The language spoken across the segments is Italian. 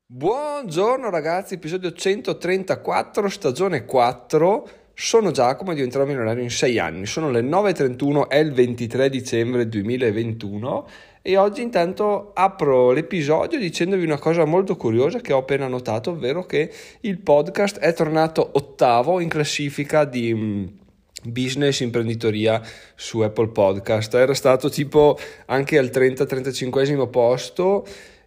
Buongiorno ragazzi, episodio 134, stagione 4. Sono Giacomo e diventerò milionario in 6 anni. Sono le 9:31, è il 23 dicembre 2021 e oggi intanto apro l'episodio dicendovi una cosa molto curiosa che ho appena notato, ovvero che il podcast è tornato ottavo in classifica di business, imprenditoria su Apple Podcast. Era stato tipo anche al 30-35esimo posto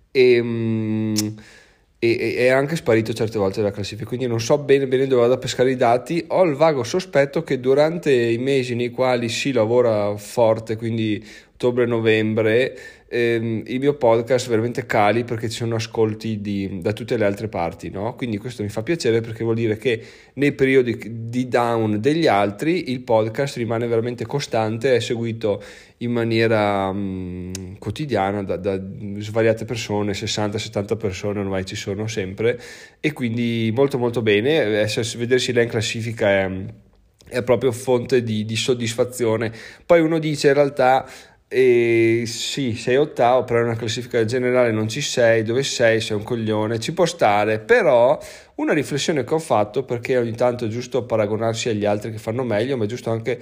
e è anche sparito certe volte dalla classifica, quindi non so bene dove vado a pescare i dati. Ho il vago sospetto che durante i mesi nei quali si lavora forte, quindi ottobre-novembre, il mio podcast veramente cali perché ci sono ascolti da tutte le altre parti, no? Quindi questo mi fa piacere perché vuol dire che nei periodi di down degli altri il podcast rimane veramente costante, è seguito in maniera quotidiana da svariate persone, 60-70 persone ormai ci sono sempre, e quindi molto molto bene. Vedersi là in classifica è proprio fonte di soddisfazione. Poi uno dice in realtà sì, sei ottavo, però in una classifica generale non ci sei, dove sei un coglione, ci può stare. Però una riflessione che ho fatto, perché ogni tanto è giusto paragonarsi agli altri che fanno meglio, ma è giusto anche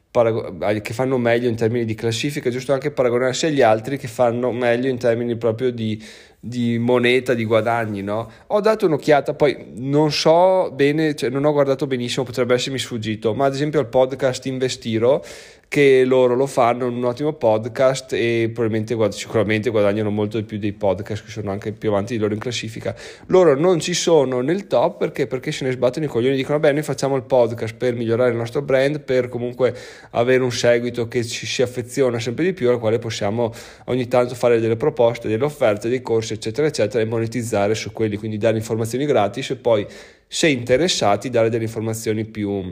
che fanno meglio in termini di classifica, è giusto anche paragonarsi agli altri che fanno meglio in termini proprio di moneta, di guadagni, no? Ho dato un'occhiata, poi non so bene, cioè non ho guardato benissimo, potrebbe essermi sfuggito, ma ad esempio al podcast Investiro, che loro lo fanno, un ottimo podcast, e probabilmente sicuramente guadagnano molto di più dei podcast che sono anche più avanti di loro in classifica. Loro non ci sono nel top perché se ne sbattono i coglioni, dicono vabbè, noi facciamo il podcast per migliorare il nostro brand, per comunque avere un seguito che ci si affeziona sempre di più, al quale possiamo ogni tanto fare delle proposte, delle offerte, dei corsi eccetera eccetera, e monetizzare su quelli, quindi dare informazioni gratis e poi, se interessati, dare delle informazioni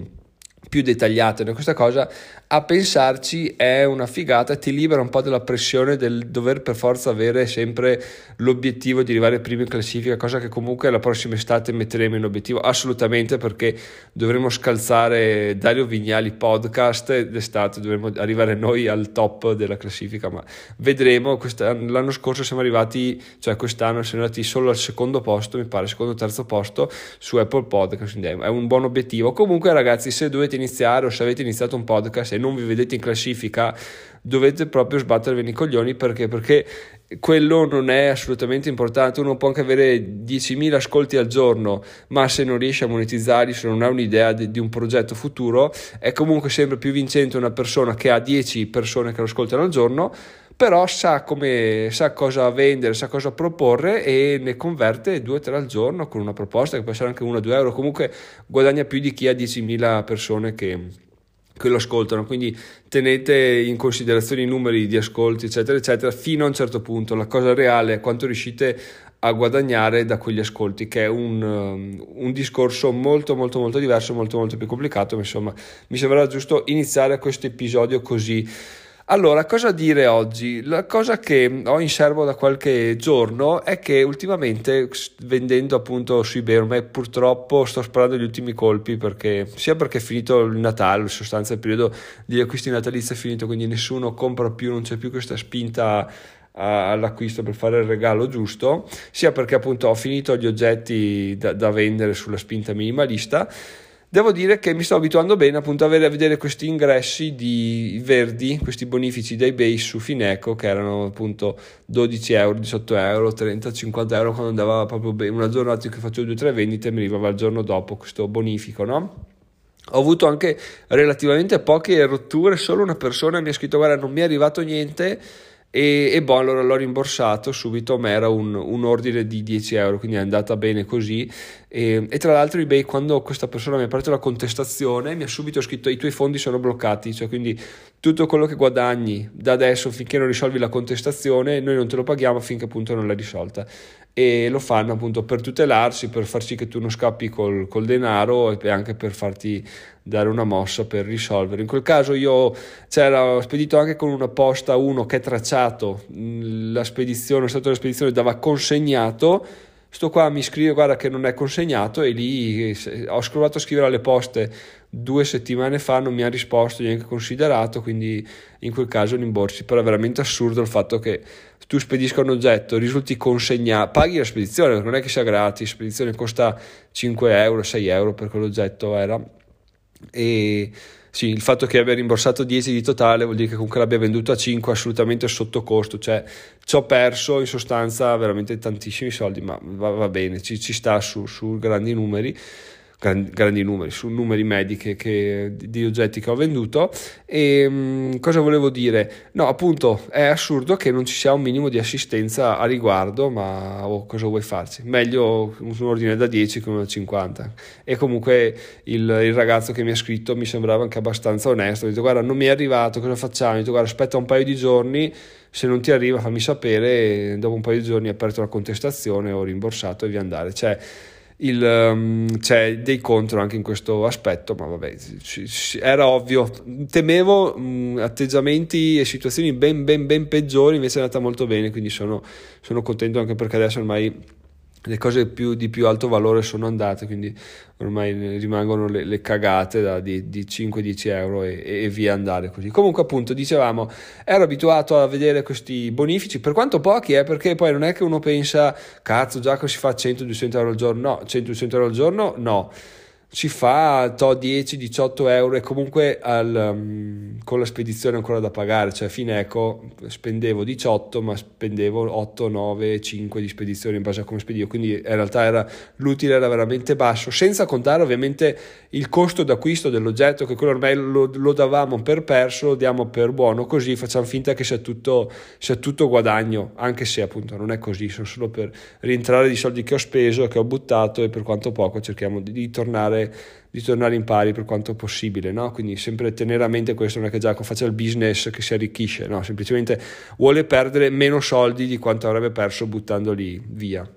più dettagliate. Questa cosa, a pensarci, è una figata, ti libera un po' dalla pressione del dover per forza avere sempre l'obiettivo di arrivare primo in classifica, cosa che comunque la prossima estate metteremo in obiettivo assolutamente, perché dovremo scalzare Dario Vignali podcast e d'estate dovremo arrivare noi al top della classifica, ma vedremo. L'anno scorso siamo arrivati, cioè quest'anno siamo arrivati solo al secondo posto, mi pare, secondo o terzo posto su Apple Podcast, quindi è un buon obiettivo. Comunque ragazzi, se dovete iniziare o se avete iniziato un podcast e non vi vedete in classifica, dovete proprio sbattervi i coglioni, perché quello non è assolutamente importante. Uno può anche avere 10.000 ascolti al giorno, ma se non riesce a monetizzarli, se non ha un'idea di un progetto futuro, è comunque sempre più vincente una persona che ha 10 persone che lo ascoltano al giorno, però sa cosa vendere, sa cosa proporre e ne converte 2-3 al giorno con una proposta che può essere anche 1-2 euro. Comunque guadagna più di chi ha 10.000 persone che lo ascoltano. Quindi tenete in considerazione i numeri di ascolti eccetera eccetera fino a un certo punto. La cosa reale è quanto riuscite a guadagnare da quegli ascolti, che è un discorso molto molto molto diverso, molto molto più complicato, ma insomma mi sembrava giusto iniziare questo episodio così. Allora, cosa dire oggi? La cosa che ho in serbo da qualche giorno è che ultimamente, vendendo appunto su eBay, ormai purtroppo sto sparando gli ultimi colpi, perché è finito il Natale, in sostanza il periodo degli acquisti natalizi è finito, quindi nessuno compra più, non c'è più questa spinta all'acquisto per fare il regalo giusto, sia perché appunto ho finito gli oggetti da vendere sulla spinta minimalista. Devo dire che mi sto abituando bene appunto a vedere questi ingressi di verdi, questi bonifici da eBay su Fineco, che erano appunto 12 euro, 18 euro, 30, 50 euro, quando andava proprio bene. Una giornata in cui facevo 2-3 vendite mi arrivava il giorno dopo questo bonifico, no? Ho avuto anche relativamente poche rotture, solo una persona mi ha scritto guarda, non mi è arrivato niente, e boh, allora l'ho rimborsato subito, ma era un ordine di 10 euro, quindi è andata bene così. E tra l'altro eBay, quando questa persona mi ha aperto la contestazione, mi ha subito scritto i tuoi fondi sono bloccati, cioè quindi tutto quello che guadagni da adesso finché non risolvi la contestazione noi non te lo paghiamo finché appunto non l'hai risolta. E lo fanno appunto per tutelarsi, per far sì che tu non scappi col denaro, e anche per farti dare una mossa per risolvere. In quel caso c'era spedito anche con una posta, uno che è tracciato la spedizione, lo stato della spedizione dava consegnato, sto qua mi scrive guarda che non è consegnato, e lì ho provato a scrivere alle poste 2 settimane fa, non mi ha risposto, neanche considerato, quindi in quel caso rimborsi. Però è veramente assurdo il fatto che tu spedisca un oggetto, risulti consegnato, paghi la spedizione, perché non è che sia gratis, la spedizione costa 5 euro, 6 euro per quell'oggetto era, e sì, il fatto che abbia rimborsato 10 di totale vuol dire che comunque l'abbia venduto a 5 assolutamente sotto costo, cioè ci ho perso in sostanza veramente tantissimi soldi, ma va bene, ci sta su grandi numeri, grandi numeri, su numeri medi di oggetti che ho venduto. E cosa volevo dire? No, appunto è assurdo che non ci sia un minimo di assistenza a riguardo, ma cosa vuoi farci? Meglio un ordine da 10 che uno da 50. E comunque il ragazzo che mi ha scritto mi sembrava anche abbastanza onesto, ho detto guarda non mi è arrivato, cosa facciamo? Ho detto guarda aspetta un paio di giorni, se non ti arriva fammi sapere, e dopo un paio di giorni ho aperto la contestazione, ho rimborsato e via andare. C'è dei contro anche in questo aspetto, ma vabbè, era ovvio, temevo atteggiamenti e situazioni ben peggiori, invece è andata molto bene, quindi sono contento, anche perché adesso ormai le cose di più alto valore sono andate, quindi ormai rimangono le cagate di 5-10 euro e via andare così. Comunque appunto dicevamo, ero abituato a vedere questi bonifici, per quanto pochi, perché poi non è che uno pensa cazzo Giacomo si fa 100-200 euro al giorno, no, 100-200 euro al giorno no, ci fa 10-18 euro, e comunque con la spedizione ancora da pagare, cioè a fine eco spendevo 18 ma spendevo 8, 9, 5 di spedizione in base a come spedivo, quindi in realtà l'utile era veramente basso, senza contare ovviamente il costo d'acquisto dell'oggetto, che quello ormai lo davamo per perso, lo diamo per buono, così facciamo finta che sia tutto guadagno, anche se appunto non è così, sono solo per rientrare di soldi che ho speso, che ho buttato, e per quanto poco cerchiamo di tornare in pari per quanto possibile, no? Quindi sempre tenere a mente questo, non è che Giacomo faccia il business che si arricchisce, no, semplicemente vuole perdere meno soldi di quanto avrebbe perso buttandoli via.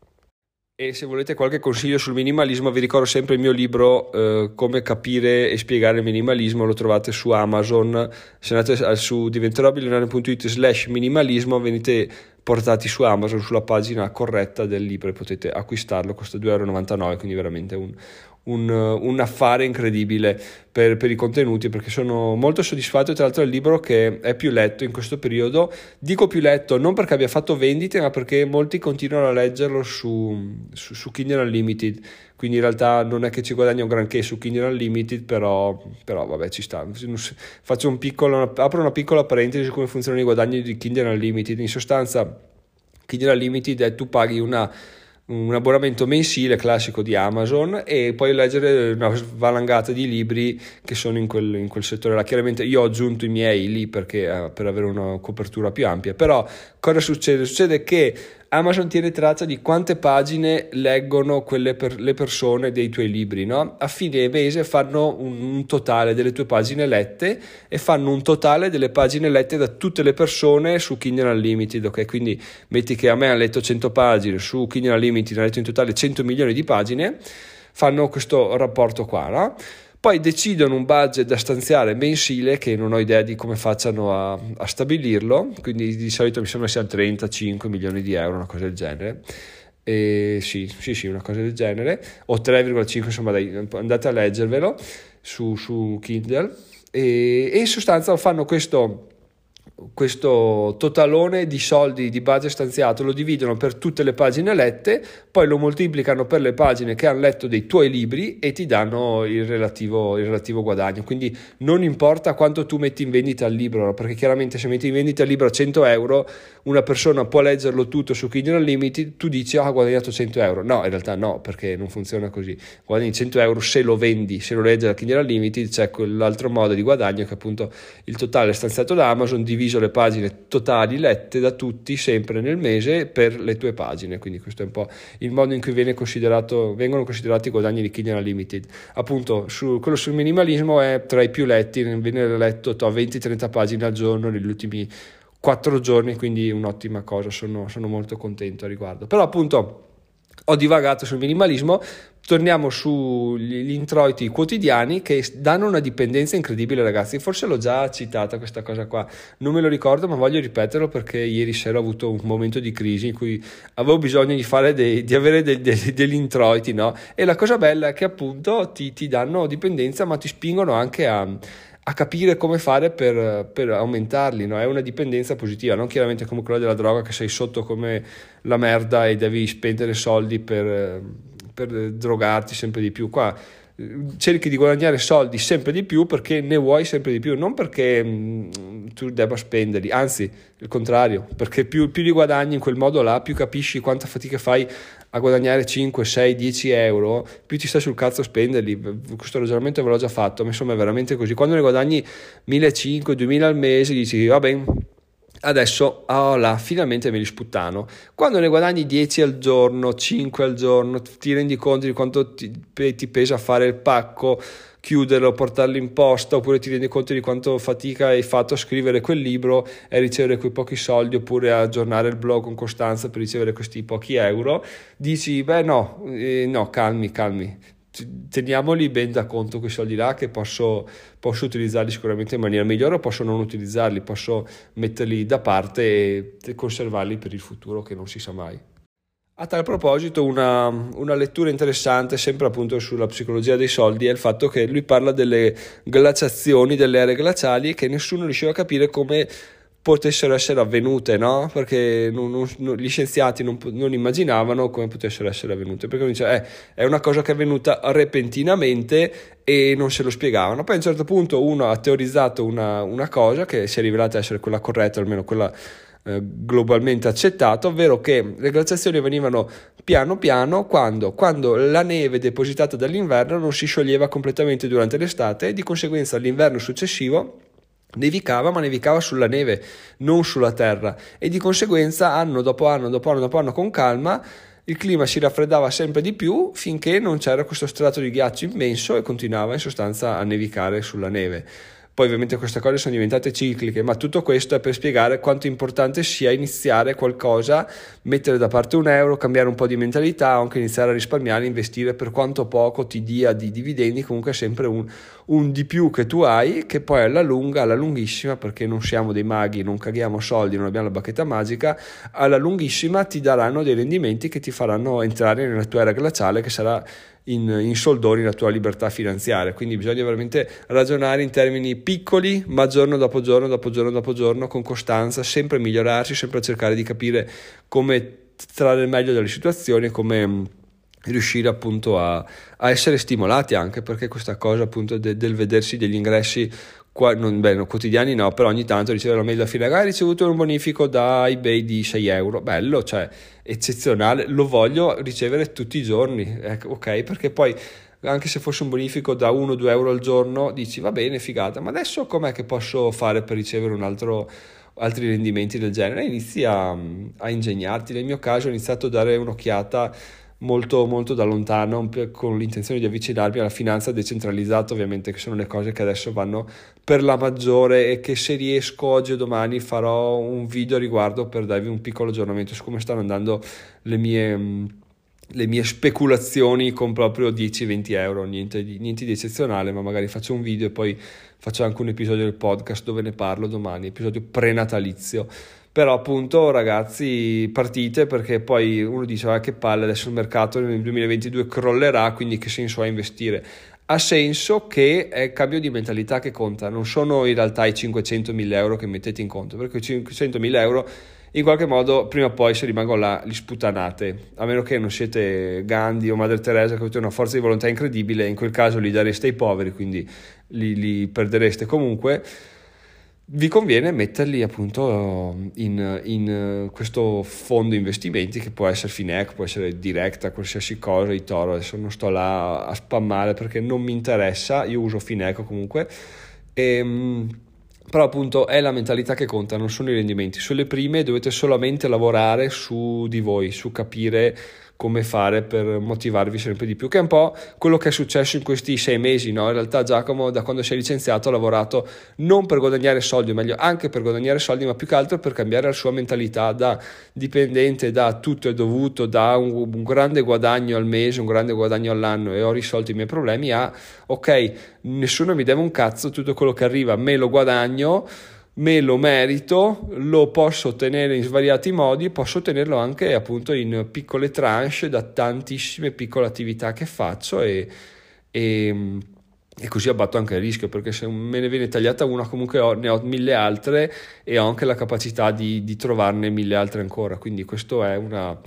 E se volete qualche consiglio sul minimalismo, vi ricordo sempre il mio libro Come capire e spiegare il minimalismo, lo trovate su Amazon. Se andate su diventeròbillionario.it/minimalismo venite portati su Amazon sulla pagina corretta del libro e potete acquistarlo, costa 2,99 euro, quindi veramente un affare incredibile per i contenuti, perché sono molto soddisfatto. Tra l'altro è il libro che è più letto in questo periodo, dico più letto non perché abbia fatto vendite, ma perché molti continuano a leggerlo su Kindle Unlimited, quindi in realtà non è che ci guadagno granché su Kindle Unlimited, però vabbè, ci sta. Apro una piccola parentesi su come funzionano i guadagni di Kindle Unlimited. In sostanza Kindle Unlimited è tu paghi un abbonamento mensile classico di Amazon e puoi leggere una valangata di libri che sono in quel settore là. Chiaramente io ho aggiunto i miei lì perché per avere una copertura più ampia, però cosa succede? Succede che Amazon tiene traccia di quante pagine leggono le persone dei tuoi libri, no? A fine mese fanno un totale delle tue pagine lette e fanno un totale delle pagine lette da tutte le persone su Kindle Unlimited, ok? Quindi metti che a me hanno letto 100 pagine, su Kindle Unlimited hanno letto in totale 100 milioni di pagine, fanno questo rapporto qua, no? Poi decidono un budget da stanziare mensile, che non ho idea di come facciano a stabilirlo, quindi di solito mi sembra sia 35 milioni di euro, una cosa del genere. Sì, una cosa del genere, o 3,5, insomma dai, andate a leggervelo su Kindle, e in sostanza fanno questo totalone di soldi di budget stanziato, lo dividono per tutte le pagine lette, poi lo moltiplicano per le pagine che hanno letto dei tuoi libri e ti danno il relativo guadagno. Quindi non importa quanto tu metti in vendita il libro, no? Perché chiaramente se metti in vendita il libro a 100 euro, una persona può leggerlo tutto su Kindle Unlimited, tu dici ha guadagnato 100 euro, no, in realtà no, perché non funziona così. Guadagni 100 euro se lo vendi, se lo leggi da Kindle Unlimited c'è quell'altro modo di guadagno che è appunto il totale stanziato da Amazon diviso le pagine totali lette da tutti sempre nel mese per le tue pagine. Quindi questo è un po' il modo in cui vengono considerati i guadagni di Kindle Unlimited. Appunto quello sul minimalismo è tra i più letti, viene letto 20-30 pagine al giorno negli ultimi 4 giorni, quindi un'ottima cosa, sono molto contento a riguardo. Però appunto Ho divagato sul minimalismo, torniamo sugli introiti quotidiani che danno una dipendenza incredibile, ragazzi. Forse l'ho già citata questa cosa qua, non me lo ricordo, ma voglio ripeterlo perché ieri sera ho avuto un momento di crisi in cui avevo bisogno di fare di avere degli introiti, no? E la cosa bella è che appunto ti danno dipendenza, ma ti spingono anche a capire come fare per aumentarli, no? È una dipendenza positiva, non chiaramente come quella della droga che sei sotto come la merda e devi spendere soldi per drogarti sempre di più. Qua cerchi di guadagnare soldi sempre di più perché ne vuoi sempre di più, non perché tu debba spenderli, anzi il contrario, perché più li guadagni in quel modo là, più capisci quanta fatica fai a guadagnare 5, 6, 10 euro, più ti stai sul cazzo a spenderli. Questo ragionamento ve l'ho già fatto, ma insomma è veramente così. Quando ne guadagni 1.500, 2.000 al mese dici va bene, adesso là, finalmente me li sputtano. Quando ne guadagni 10 al giorno, 5 al giorno, ti rendi conto di quanto ti pesa fare il pacco, chiuderlo, portarlo in posta, oppure ti rendi conto di quanto fatica hai fatto a scrivere quel libro e ricevere quei pochi soldi, oppure a aggiornare il blog con costanza per ricevere questi pochi euro, dici beh no, calmi, teniamoli ben da conto quei soldi là, che posso utilizzarli sicuramente in maniera migliore, o posso non utilizzarli, posso metterli da parte e conservarli per il futuro, che non si sa mai. A tal proposito, una lettura interessante, sempre appunto sulla psicologia dei soldi, è il fatto che lui parla delle glaciazioni, delle ere glaciali, che nessuno riusciva a capire come potessero essere avvenute, no? Perché gli scienziati non immaginavano come potessero essere avvenute, perché uno dice è una cosa che è avvenuta repentinamente e non se lo spiegavano. Poi a un certo punto uno ha teorizzato una cosa che si è rivelata essere quella corretta, almeno quella globalmente accettata, ovvero che le glaciazioni venivano piano piano quando la neve depositata dall'inverno non si scioglieva completamente durante l'estate, e di conseguenza l'inverno successivo nevicava, ma nevicava sulla neve, non sulla terra, e di conseguenza anno dopo anno con calma il clima si raffreddava sempre di più finché non c'era questo strato di ghiaccio immenso e continuava in sostanza a nevicare sulla neve. Poi ovviamente queste cose sono diventate cicliche, ma tutto questo è per spiegare quanto importante sia iniziare qualcosa, mettere da parte un euro, cambiare un po' di mentalità, anche iniziare a risparmiare, investire, per quanto poco ti dia di dividendi, comunque è sempre un di più che tu hai, che poi alla lunghissima, perché non siamo dei maghi, non caghiamo soldi, non abbiamo la bacchetta magica, alla lunghissima ti daranno dei rendimenti che ti faranno entrare nella tua era glaciale, che sarà in soldoni la tua libertà finanziaria. Quindi bisogna veramente ragionare in termini piccoli, ma giorno dopo giorno, con costanza, sempre migliorarsi, sempre cercare di capire come trarre il meglio dalle situazioni e come riuscire appunto a essere stimolati, anche perché questa cosa appunto del vedersi degli ingressi quotidiani no, però ogni tanto ricevere la mail da fine, hai ricevuto un bonifico da eBay di 6 euro, bello, cioè eccezionale, lo voglio ricevere tutti i giorni, ok, perché poi anche se fosse un bonifico da 1-2 euro al giorno dici va bene, figata, ma adesso com'è che posso fare per ricevere altri rendimenti del genere? Inizi a ingegnarti. Nel mio caso ho iniziato a dare un'occhiata molto molto da lontano, con l'intenzione di avvicinarmi alla finanza decentralizzata, ovviamente, che sono le cose che adesso vanno per la maggiore, e che se riesco oggi o domani farò un video a riguardo per darvi un piccolo aggiornamento su come stanno andando le mie speculazioni con proprio 10-20 euro, niente di eccezionale, ma magari faccio un video e poi faccio anche un episodio del podcast dove ne parlo domani, episodio prenatalizio. Però appunto ragazzi, partite, perché poi uno dice che palle, adesso il mercato nel 2022 crollerà, quindi che senso ha investire? Ha senso che è il cambio di mentalità che conta, non sono in realtà i 500.000 euro che mettete in conto, perché i 500.000 euro in qualche modo prima o poi, se rimangono là, li sputanate, a meno che non siete Gandhi o Madre Teresa, che avete una forza di volontà incredibile, in quel caso li dareste ai poveri, quindi li perdereste comunque. Vi conviene metterli appunto in questo fondo investimenti, che può essere Finec, può essere Directa, qualsiasi cosa, eToro. Adesso non sto là a spammare perché non mi interessa, io uso Fineco comunque, però appunto è la mentalità che conta, non sono i rendimenti. Sulle prime dovete solamente lavorare su di voi, su capire come fare per motivarvi sempre di più, che è un po' quello che è successo in questi 6 mesi, no? In realtà Giacomo, da quando si è licenziato, ha lavorato non per guadagnare soldi, o meglio anche per guadagnare soldi, ma più che altro per cambiare la sua mentalità da dipendente, da tutto è dovuto, da un grande guadagno al mese, un grande guadagno all'anno e ho risolto i miei problemi, a ok, nessuno mi deve un cazzo, tutto quello che arriva me lo guadagno, me lo merito, lo posso ottenere in svariati modi, posso ottenerlo anche appunto in piccole tranche da tantissime piccole attività che faccio e così abbatto anche il rischio, perché se me ne viene tagliata una comunque ne ho 1000 altre e ho anche la capacità di trovarne 1000 altre ancora, quindi questo è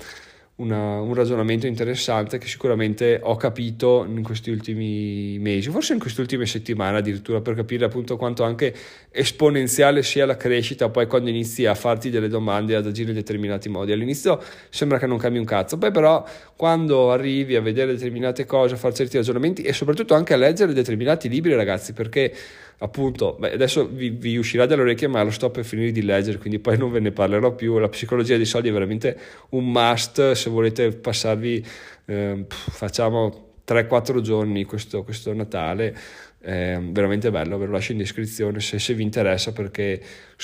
un ragionamento interessante che sicuramente ho capito in questi ultimi mesi, forse in queste ultime settimane addirittura, per capire appunto quanto anche esponenziale sia la crescita poi quando inizi a farti delle domande e ad agire in determinati modi. All'inizio sembra che non cambi un cazzo, poi però quando arrivi a vedere determinate cose, a fare certi ragionamenti e soprattutto anche a leggere determinati libri, ragazzi, perché appunto adesso vi uscirà dalle orecchie, ma lo sto per finire di leggere, quindi poi non ve ne parlerò più. La psicologia dei soldi è veramente un must se volete passarvi facciamo 3-4 giorni questo Natale, veramente bello, ve lo lascio in descrizione se vi interessa, perché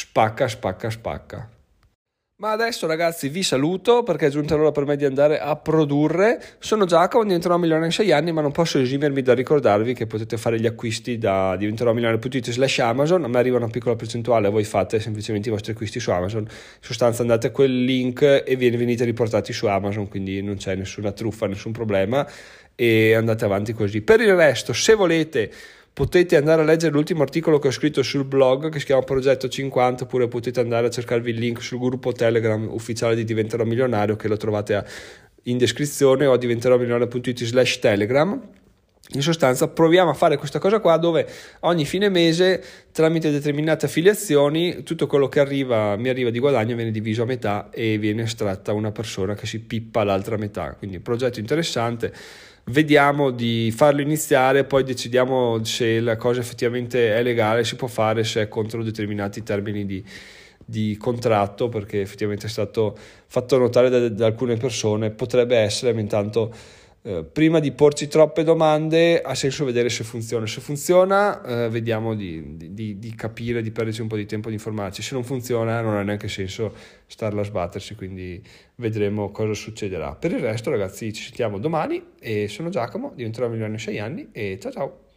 spacca. Ma adesso ragazzi vi saluto perché è giunta l'ora per me di andare a produrre. Sono Giacomo, diventerò milionario in 6 anni, ma non posso esimermi da ricordarvi che potete fare gli acquisti da diventeromilionario.it/Amazon. A me arriva una piccola percentuale, voi fate semplicemente i vostri acquisti su Amazon. In sostanza andate a quel link e venite riportati su Amazon, quindi non c'è nessuna truffa, nessun problema e andate avanti così. Per il resto, se volete, potete andare a leggere l'ultimo articolo che ho scritto sul blog che si chiama Progetto 50, oppure potete andare a cercarvi il link sul gruppo Telegram ufficiale di Diventerò Milionario, che lo trovate in descrizione, o a diventeromilionario.it/Telegram. In sostanza proviamo a fare questa cosa qua, dove ogni fine mese tramite determinate affiliazioni tutto quello che mi arriva di guadagno viene diviso a metà e viene estratta una persona che si pippa l'altra metà. Quindi un progetto interessante. Vediamo di farlo iniziare, poi decidiamo se la cosa effettivamente è legale, si può fare, se è contro determinati termini di contratto, perché effettivamente è stato fatto notare da alcune persone, potrebbe essere, ma intanto prima di porci troppe domande ha senso vedere se funziona. Se funziona vediamo di capire, di perderci un po' di tempo di informarci. Se non funziona non ha neanche senso starla a sbattersi, quindi vedremo cosa succederà. Per il resto ragazzi ci sentiamo domani e sono Giacomo, diventerò milionario in 6 anni e ciao ciao.